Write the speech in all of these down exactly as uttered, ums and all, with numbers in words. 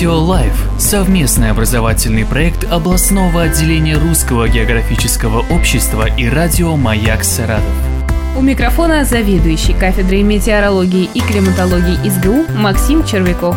Радио Лайф – совместный образовательный проект областного отделения Русского географического общества и радио «Маяк Саратов». У микрофона заведующий кафедрой метеорологии и климатологии ИСГУ Максим Червяков.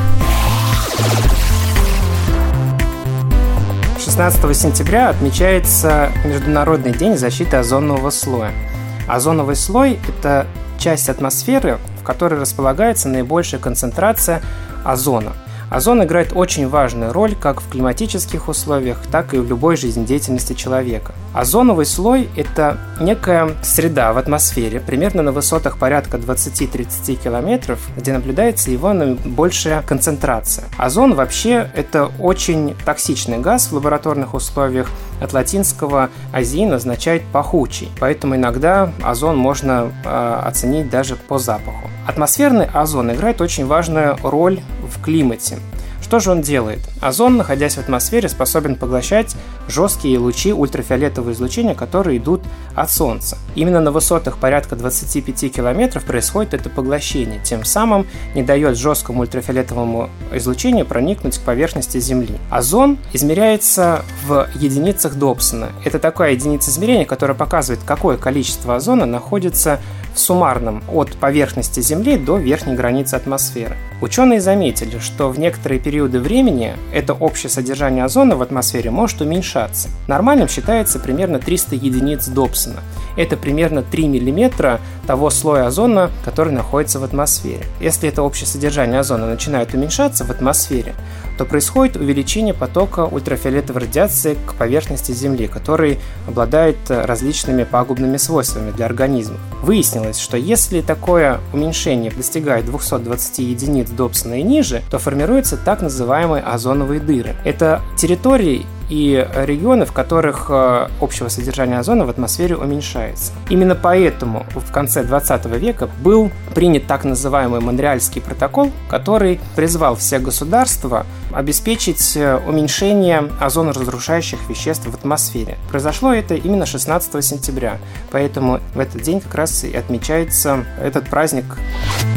шестнадцатого сентября отмечается Международный день защиты озонового слоя. Озоновый слой – это часть атмосферы, в которой располагается наибольшая концентрация озона. Озон играет очень важную роль как в климатических условиях, так и в любой жизнедеятельности человека. Озоновый слой – это некая среда в атмосфере, примерно на высотах порядка двадцать-тридцать километров, где наблюдается его наибольшая концентрация. Озон вообще – это очень токсичный газ в лабораторных условиях. От латинского «азин» означает «пахучий», поэтому иногда озон можно э, оценить даже по запаху. Атмосферный озон играет очень важную роль в климате. Что же он делает? Озон, находясь в атмосфере, способен поглощать жесткие лучи ультрафиолетового излучения, которые идут от Солнца. Именно на высотах порядка двадцати пяти километров происходит это поглощение, тем самым не дает жесткому ультрафиолетовому излучению проникнуть к поверхности Земли. Озон измеряется в единицах Добсона. Это такая единица измерения, которая показывает, какое количество озона находится в суммарном от поверхности Земли до верхней границы атмосферы. Ученые заметили, что в некоторые периоды времени это общее содержание озона в атмосфере может уменьшаться. Нормальным считается примерно триста единиц Добсона. Это примерно три миллиметра того слоя озона, который находится в атмосфере. Если это общее содержание озона начинает уменьшаться в атмосфере, то происходит увеличение потока ультрафиолетовой радиации к поверхности Земли, который обладает различными пагубными свойствами для организма. Выяснилось, что если такое уменьшение достигает двухсот двадцати единиц Добсона и ниже, то формируются так называемые озоновые дыры. Это территории и регионы, в которых общего содержания озона в атмосфере уменьшается. Именно поэтому в конце двадцатого века был принят так называемый Монреальский протокол, который призвал все государства обеспечить уменьшение озоноразрушающих веществ в атмосфере. Произошло это именно шестнадцатого сентября, поэтому в этот день как раз и отмечается этот праздник.